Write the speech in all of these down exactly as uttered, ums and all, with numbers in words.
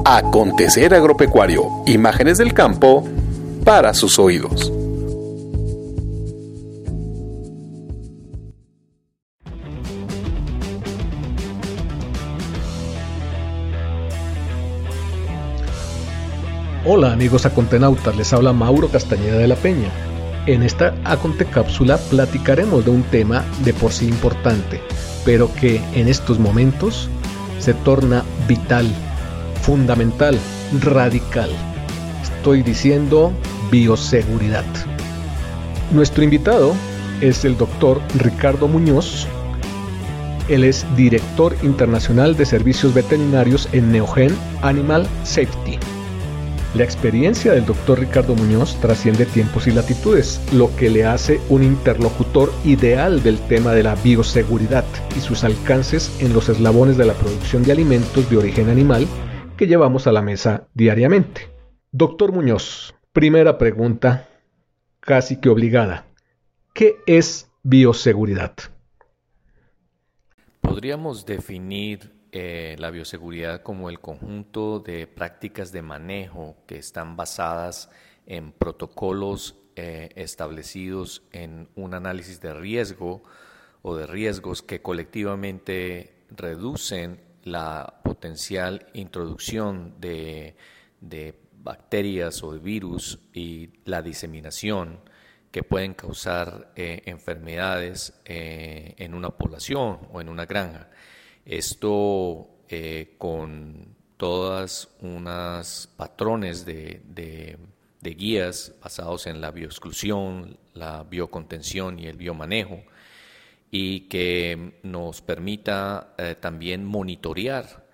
Acontecer Agropecuario, imágenes del campo para sus oídos. Hola amigos acontenautas, les habla Mauro Castañeda de la Peña. En esta Acontecápsula platicaremos de un tema de por sí importante, pero que en estos momentos se torna vital, fundamental, radical. Estoy diciendo bioseguridad. Nuestro invitado es el doctor Ricardo Muñoz. Él es director internacional de servicios veterinarios en Neogen Animal Safety. La experiencia del doctor Ricardo Muñoz trasciende tiempos y latitudes, lo que le hace un interlocutor ideal del tema de la bioseguridad y sus alcances en los eslabones de la producción de alimentos de origen animal que llevamos a la mesa diariamente. Doctor Muñoz, primera pregunta, casi que obligada. ¿Qué es bioseguridad? Podríamos definir Eh, la bioseguridad como el conjunto de prácticas de manejo que están basadas en protocolos eh, establecidos en un análisis de riesgo o de riesgos que colectivamente reducen la potencial introducción de, de bacterias o de virus y la diseminación que pueden causar eh, enfermedades eh, en una población o en una granja. Esto eh, con todas unas patrones de, de, de guías basados en la bioexclusión, la biocontención y el biomanejo, y que nos permita eh, también monitorear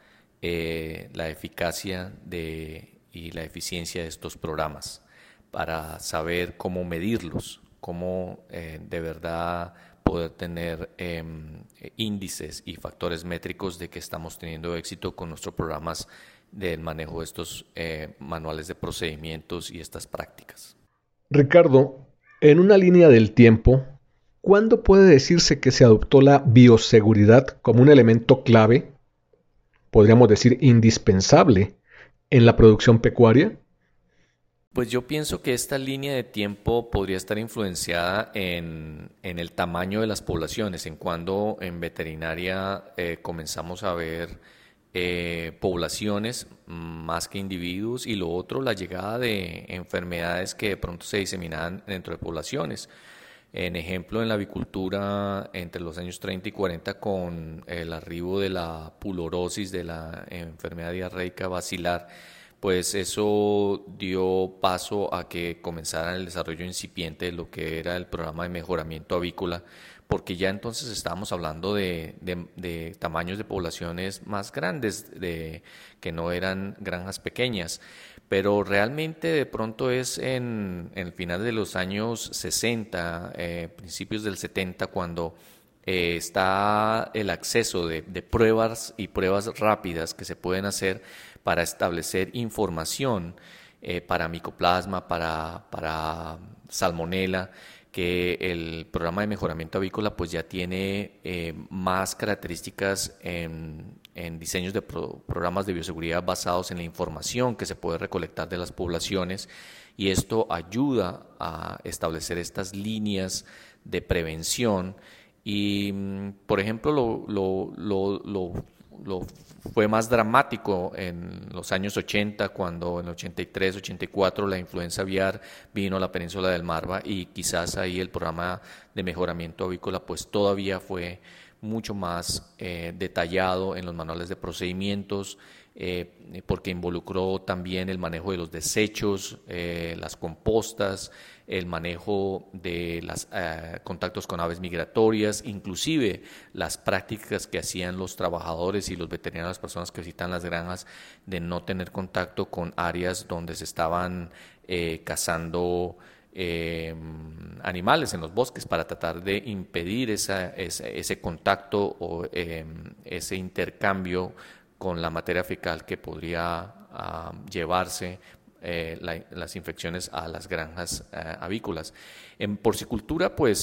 eh, la eficacia de, y la eficiencia de estos programas para saber cómo medirlos, cómo eh, de verdad poder tener eh, índices y factores métricos de que estamos teniendo éxito con nuestros programas del manejo de estos eh, manuales de procedimientos y estas prácticas. Ricardo, en una línea del tiempo, ¿cuándo puede decirse que se adoptó la bioseguridad como un elemento clave, podríamos decir indispensable, en la producción pecuaria? Pues yo pienso que esta línea de tiempo podría estar influenciada en, en el tamaño de las poblaciones, en cuando en veterinaria eh, comenzamos a ver eh, poblaciones más que individuos, y lo otro, la llegada de enfermedades que de pronto se diseminaban dentro de poblaciones. En ejemplo, en la avicultura entre los años treinta y cuarenta, con el arribo de la pulorosis, de la enfermedad diarreica basilar, pues eso dio paso a que comenzara el desarrollo incipiente de lo que era el programa de mejoramiento avícola, porque ya entonces estábamos hablando de, de, de tamaños de poblaciones más grandes, de, que no eran granjas pequeñas. Pero realmente de pronto es en, en el final de los años sesenta, eh, principios del setenta, cuando eh, está el acceso de, de pruebas y pruebas rápidas que se pueden hacer para establecer información eh, para micoplasma, para, para salmonela, que el programa de mejoramiento avícola pues ya tiene eh, más características en, en diseños de pro, programas de bioseguridad basados en la información que se puede recolectar de las poblaciones, y esto ayuda a establecer estas líneas de prevención. Y por ejemplo lo, lo, lo, lo Lo fue más dramático en los años ochenta, cuando en ochenta y tres, ochenta y cuatro la influenza aviar vino a la península del Marva, y quizás ahí el programa de mejoramiento avícola pues todavía fue mucho más eh, detallado en los manuales de procedimientos, eh, porque involucró también el manejo de los desechos, eh, las compostas, el manejo de los eh, contactos con aves migratorias, inclusive las prácticas que hacían los trabajadores y los veterinarios, las personas que visitan las granjas, de no tener contacto con áreas donde se estaban eh, cazando eh, animales en los bosques, para tratar de impedir esa, ese, ese contacto o eh, ese intercambio con la materia fecal que podría uh, llevarse eh, la, las infecciones a las granjas uh, avícolas. En porcicultura, pues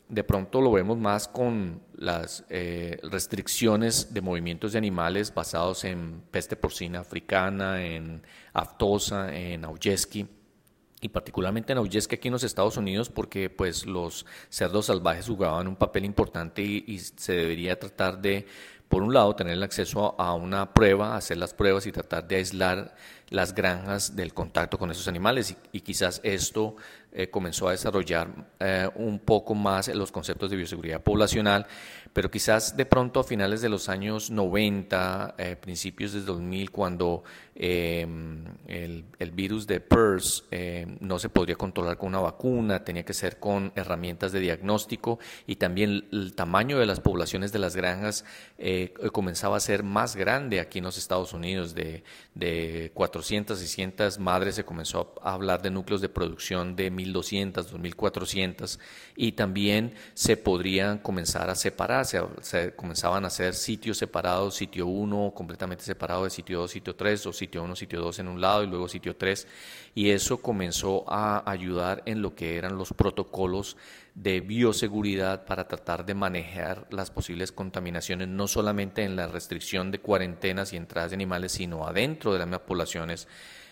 de pronto lo vemos más con las eh, restricciones de movimientos de animales basados en peste porcina africana, en aftosa, en Augeski, y particularmente en Augeski aquí en los Estados Unidos, porque pues los cerdos salvajes jugaban un papel importante y, y se debería tratar de, por un lado, tener el acceso a una prueba, hacer las pruebas y tratar de aislar las granjas del contacto con esos animales, y, y quizás esto eh, comenzó a desarrollar eh, un poco más los conceptos de bioseguridad poblacional, pero quizás de pronto a finales de los años noventa, eh, principios del dos mil, cuando eh, el, el virus de PRRS eh, no se podría controlar con una vacuna, tenía que ser con herramientas de diagnóstico, y también el, el tamaño de las poblaciones de las granjas eh, comenzaba a ser más grande aquí en los Estados Unidos, de, de cuatrocientas, seiscientas madres, se comenzó a hablar de núcleos de producción de mil doscientas, dos mil cuatrocientas, y también se podrían comenzar a separar, se, se comenzaban a hacer sitios separados, sitio uno completamente separado de sitio dos, sitio tres, o sitio uno, sitio dos en un lado y luego sitio tres, y eso comenzó a ayudar en lo que eran los protocolos de bioseguridad para tratar de manejar las posibles contaminaciones, no solamente en la restricción de cuarentenas y entradas de animales, sino adentro de las mismas poblaciones,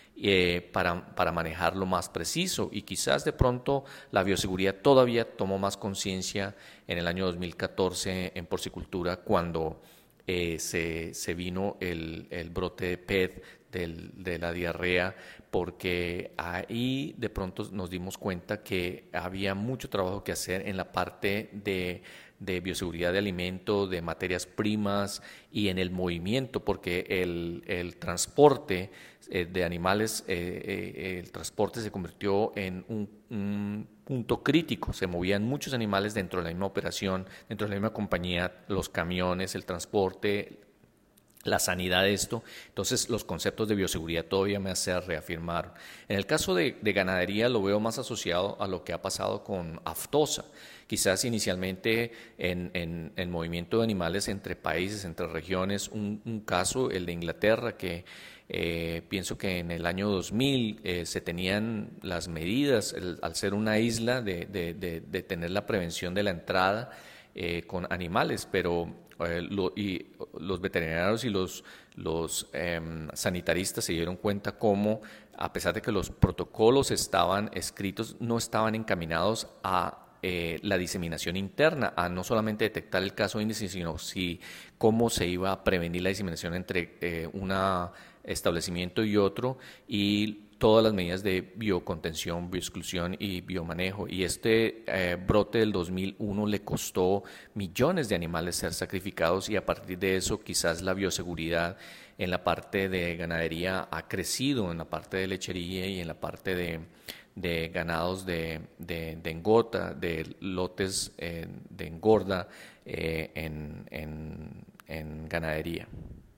eh, para, para manejarlo más preciso. Y quizás de pronto la bioseguridad todavía tomó más conciencia en el año dos mil catorce en porcicultura, cuando eh, se, se vino el, el brote de P E D, del, de la diarrea, porque ahí de pronto nos dimos cuenta que había mucho trabajo que hacer en la parte de, de bioseguridad de alimento, de materias primas y en el movimiento, porque el, el transporte eh, de animales, eh, eh, el transporte se convirtió en un, un punto crítico. Se movían muchos animales dentro de la misma operación, dentro de la misma compañía, los camiones, el transporte, la sanidad de esto. Entonces los conceptos de bioseguridad todavía me hacen reafirmar. En el caso de, de ganadería lo veo más asociado a lo que ha pasado con aftosa. Quizás inicialmente en, en, en movimiento de animales entre países, entre regiones, un, un caso, el de Inglaterra, que eh, pienso que en el año dos mil eh, se tenían las medidas, el, al ser una isla, de, de, de, de tener la prevención de la entrada eh, con animales, pero Eh, lo, y los veterinarios y los, los eh, sanitaristas se dieron cuenta cómo, a pesar de que los protocolos estaban escritos, no estaban encaminados a eh, la diseminación interna, a no solamente detectar el caso índice, sino si, cómo se iba a prevenir la diseminación entre eh, un establecimiento y otro, y todas las medidas de biocontención, bioexclusión y biomanejo. Y este eh, brote del dos mil uno le costó millones de animales ser sacrificados, y a partir de eso quizás la bioseguridad en la parte de ganadería ha crecido, en la parte de lechería y en la parte de, de ganados de, de, de engorda, de lotes eh, de engorda eh, en, en, en ganadería.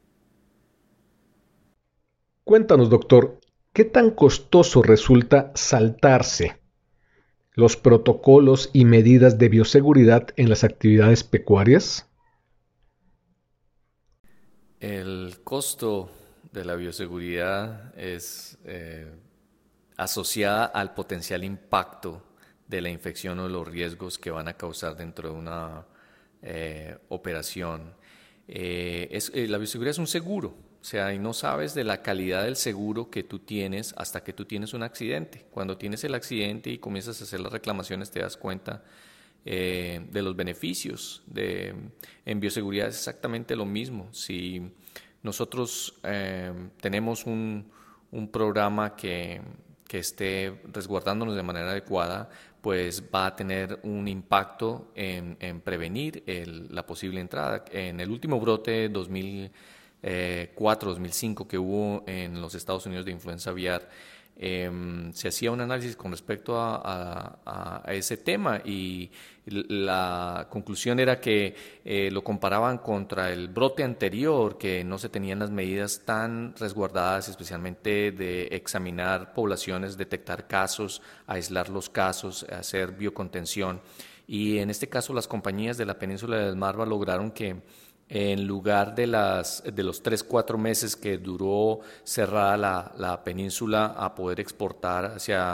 Cuéntanos, doctor, ¿qué tan costoso resulta saltarse los protocolos y medidas de bioseguridad en las actividades pecuarias? El costo de la bioseguridad es eh, asociada al potencial impacto de la infección o los riesgos que van a causar dentro de una eh, operación. Eh, es, eh, la bioseguridad es un seguro. O sea, y no sabes de la calidad del seguro que tú tienes hasta que tú tienes un accidente. Cuando tienes el accidente y comienzas a hacer las reclamaciones, te das cuenta eh, de los beneficios. De, en bioseguridad es exactamente lo mismo. Si nosotros eh, tenemos un, un programa que, que esté resguardándonos de manera adecuada, pues va a tener un impacto en, en prevenir el, la posible entrada. En el último brote dos mil cuatro, dos mil cinco que hubo en los Estados Unidos de influenza aviar, eh, se hacía un análisis con respecto a, a, a ese tema, y la conclusión era que eh, lo comparaban contra el brote anterior, que no se tenían las medidas tan resguardadas, especialmente de examinar poblaciones, detectar casos, aislar los casos, hacer biocontención. Y en este caso las compañías de la península de Delmarva lograron que en lugar de, las, de los tres, cuatro meses que duró cerrada la, la península a poder exportar hacia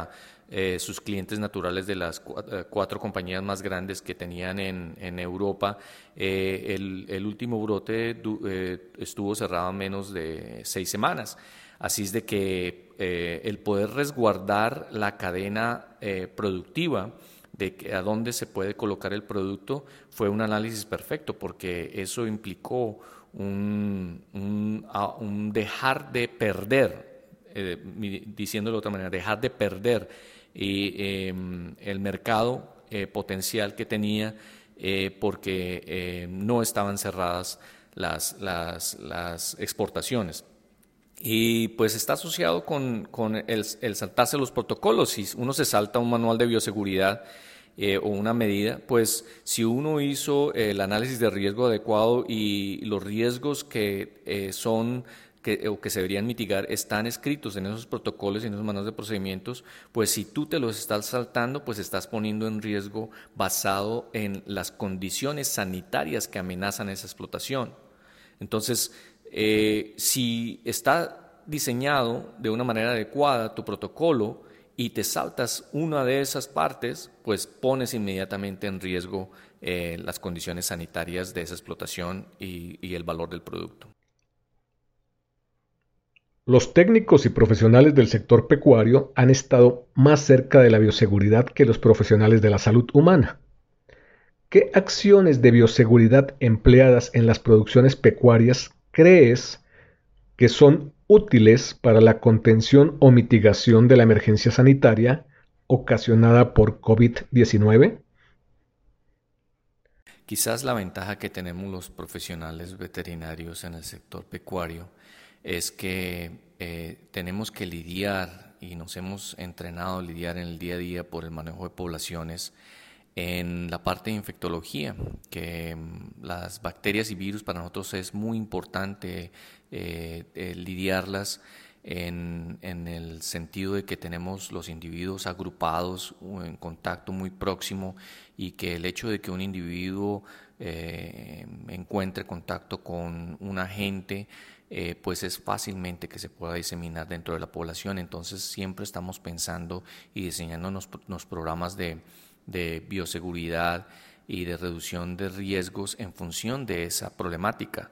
eh, sus clientes naturales de las cuatro, cuatro compañías más grandes que tenían en, en Europa. Eh, el, el último brote eh, estuvo cerrado en menos de seis semanas. Así es de que eh, el poder resguardar la cadena eh, productiva de que a dónde se puede colocar el producto fue un análisis perfecto, porque eso implicó un, un, un dejar de perder, eh, diciéndolo de otra manera, dejar de perder y, eh, el mercado eh, potencial que tenía eh, porque eh, no estaban cerradas las, las, las exportaciones. Y pues está asociado con, con el, el saltarse los protocolos. Si uno se salta un manual de bioseguridad eh, o una medida, pues si uno hizo el análisis de riesgo adecuado y los riesgos que eh, son que, o que se deberían mitigar están escritos en esos protocolos y en esos manuales de procedimientos, pues si tú te los estás saltando, pues estás poniendo en riesgo basado en las condiciones sanitarias que amenazan esa explotación. Entonces, Eh, si está diseñado de una manera adecuada tu protocolo y te saltas una de esas partes, pues pones inmediatamente en riesgo eh, las condiciones sanitarias de esa explotación y, y el valor del producto. Los técnicos y profesionales del sector pecuario han estado más cerca de la bioseguridad que los profesionales de la salud humana. ¿Qué acciones de bioseguridad empleadas en las producciones pecuarias crees que son útiles para la contención o mitigación de la emergencia sanitaria ocasionada por COVID diecinueve? Quizás la ventaja que tenemos los profesionales veterinarios en el sector pecuario es que eh, tenemos que lidiar y nos hemos entrenado a lidiar en el día a día por el manejo de poblaciones en la parte de infectología, que las bacterias y virus para nosotros es muy importante eh, eh, lidiarlas en, en el sentido de que tenemos los individuos agrupados en contacto muy próximo y que el hecho de que un individuo eh, encuentre contacto con un agente eh, pues es fácilmente que se pueda diseminar dentro de la población. Entonces siempre estamos pensando y diseñando los, los programas de de bioseguridad y de reducción de riesgos en función de esa problemática.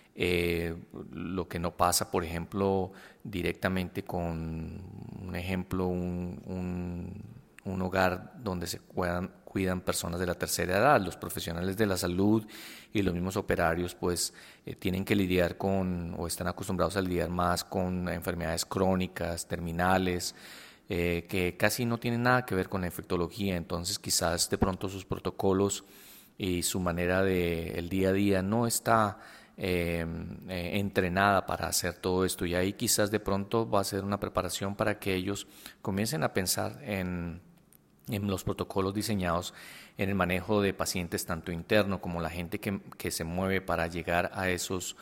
Eh, lo que no pasa, por ejemplo, directamente con un ejemplo, un, un, un hogar donde se cuidan, cuidan personas de la tercera edad. Los profesionales de la salud y los mismos operarios pues eh, tienen que lidiar con o están acostumbrados a lidiar más con enfermedades crónicas, terminales, Eh, que casi no tienen nada que ver con la infectología. Entonces quizás de pronto sus protocolos y su manera de el día a día no está eh, eh, entrenada para hacer todo esto, y ahí quizás de pronto va a ser una preparación para que ellos comiencen a pensar en, en los protocolos diseñados en el manejo de pacientes tanto interno como la gente que, que se mueve para llegar a esos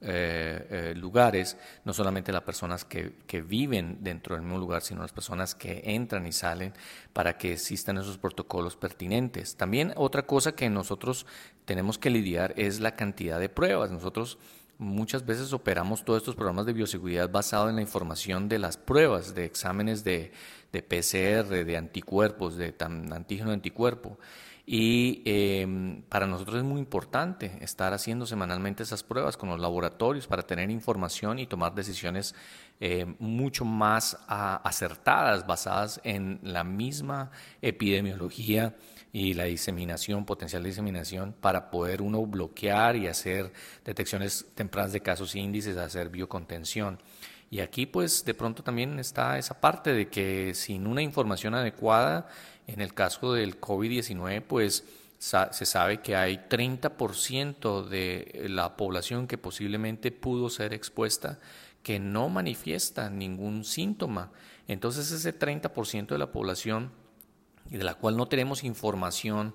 Eh, eh, lugares, no solamente las personas que, que viven dentro del mismo lugar, sino las personas que entran y salen, para que existan esos protocolos pertinentes. También otra cosa que nosotros tenemos que lidiar es la cantidad de pruebas. Nosotros muchas veces operamos todos estos programas de bioseguridad basados en la información de las pruebas, de exámenes de, de P C R, de anticuerpos, de antígeno de anticuerpo. Y eh, para nosotros es muy importante estar haciendo semanalmente esas pruebas con los laboratorios para tener información y tomar decisiones eh, mucho más a, acertadas, basadas en la misma epidemiología y la diseminación, potencial de diseminación, para poder uno bloquear y hacer detecciones tempranas de casos e índices, hacer biocontención. Y aquí pues de pronto también está esa parte de que sin una información adecuada, en el caso del COVID diecinueve, pues sa- se sabe que hay treinta por ciento de la población que posiblemente pudo ser expuesta que no manifiesta ningún síntoma. Entonces ese treinta por ciento de la población de la cual no tenemos información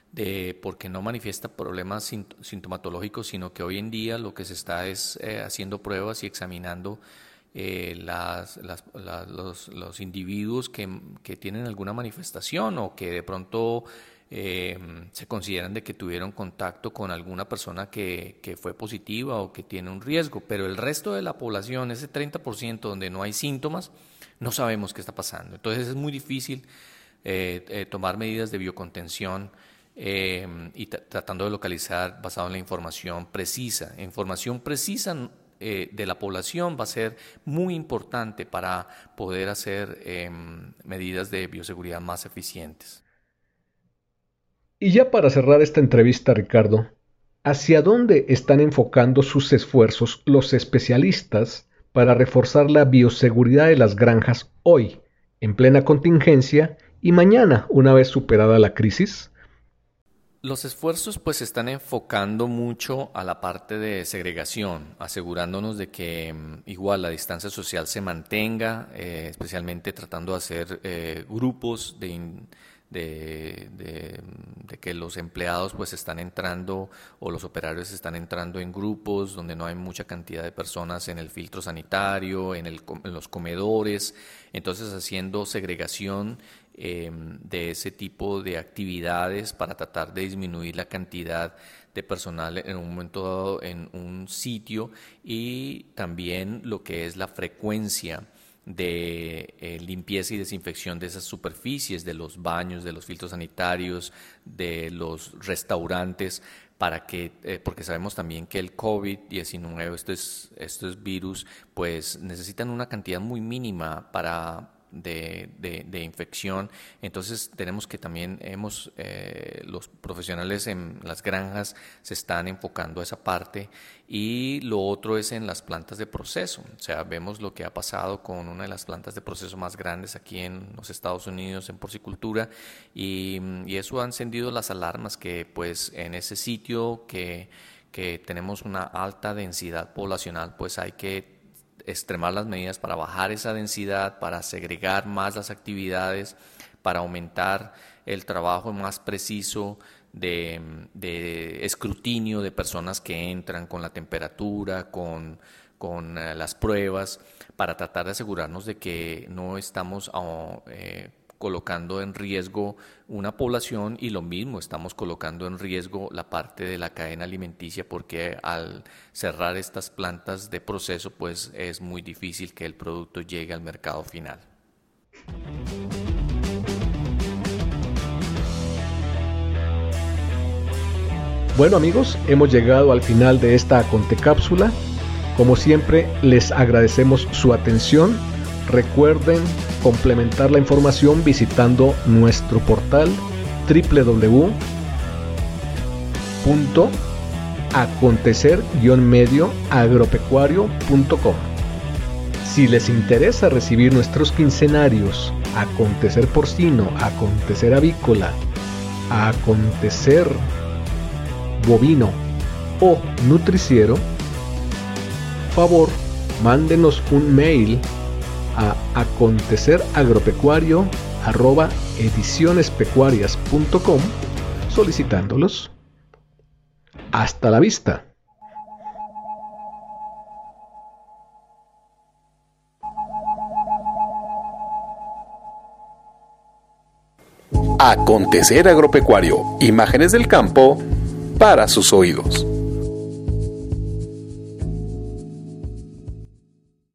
de porque no manifiesta problemas sint- sintomatológicos, sino que hoy en día lo que se está es eh, haciendo pruebas y examinando Eh, las, las, la, los, los individuos que, que tienen alguna manifestación o que de pronto eh, se consideran de que tuvieron contacto con alguna persona que, que fue positiva o que tiene un riesgo, pero el resto de la población, ese treinta por ciento donde no hay síntomas, no sabemos qué está pasando. Entonces es muy difícil eh, eh, tomar medidas de biocontención eh, y t- tratando de localizar basado en la información precisa. Información precisa eh, de la población va a ser muy importante para poder hacer eh, medidas de bioseguridad más eficientes. Y ya para cerrar esta entrevista, Ricardo, ¿hacia dónde están enfocando sus esfuerzos los especialistas para reforzar la bioseguridad de las granjas hoy, en plena contingencia, y mañana, una vez superada la crisis? Los esfuerzos pues se están enfocando mucho a la parte de segregación, asegurándonos de que mm, igual la distancia social se mantenga, eh, especialmente tratando de hacer eh, grupos de, in- de, de- de que los empleados pues están entrando o los operarios están entrando en grupos donde no hay mucha cantidad de personas en el filtro sanitario, en, el, com- en los comedores, entonces haciendo segregación eh, de ese tipo de actividades para tratar de disminuir la cantidad de personal en un momento dado en un sitio y también lo que es la frecuencia de eh, limpieza y desinfección de esas superficies, de los baños, de los filtros sanitarios, de los restaurantes, para que, eh, porque sabemos también que el COVID diecinueve, estos, estos virus, pues necesitan una cantidad muy mínima para de, de, de infección. Entonces tenemos que también hemos eh, los profesionales en las granjas se están enfocando a esa parte, y lo otro es en las plantas de proceso. O sea, vemos lo que ha pasado con una de las plantas de proceso más grandes aquí en los Estados Unidos en porcicultura, y, y eso ha encendido las alarmas que pues en ese sitio que, que tenemos una alta densidad poblacional, pues hay que extremar las medidas para bajar esa densidad, para segregar más las actividades, para aumentar el trabajo más preciso de, de escrutinio de personas que entran con la temperatura, con, con eh, las pruebas, para tratar de asegurarnos de que no estamos oh, eh, colocando en riesgo una población, y lo mismo estamos colocando en riesgo la parte de la cadena alimenticia, porque al cerrar estas plantas de proceso pues es muy difícil que el producto llegue al mercado final. Bueno amigos, hemos llegado al final de esta Acontecápsula. Como siempre, les agradecemos su atención. Recuerden complementar la información visitando nuestro portal doble u doble u doble u punto acontecer guión medio agropecuario punto com. Si les interesa recibir nuestros quincenarios Acontecer Porcino, Acontecer Avícola, Acontecer Bovino o Nutriciero, favor, mándenos un mail a aconteceragropecuario arroba edicionespecuarias punto com solicitándolos. Hasta la vista. Acontecer Agropecuario, imágenes del campo para sus oídos.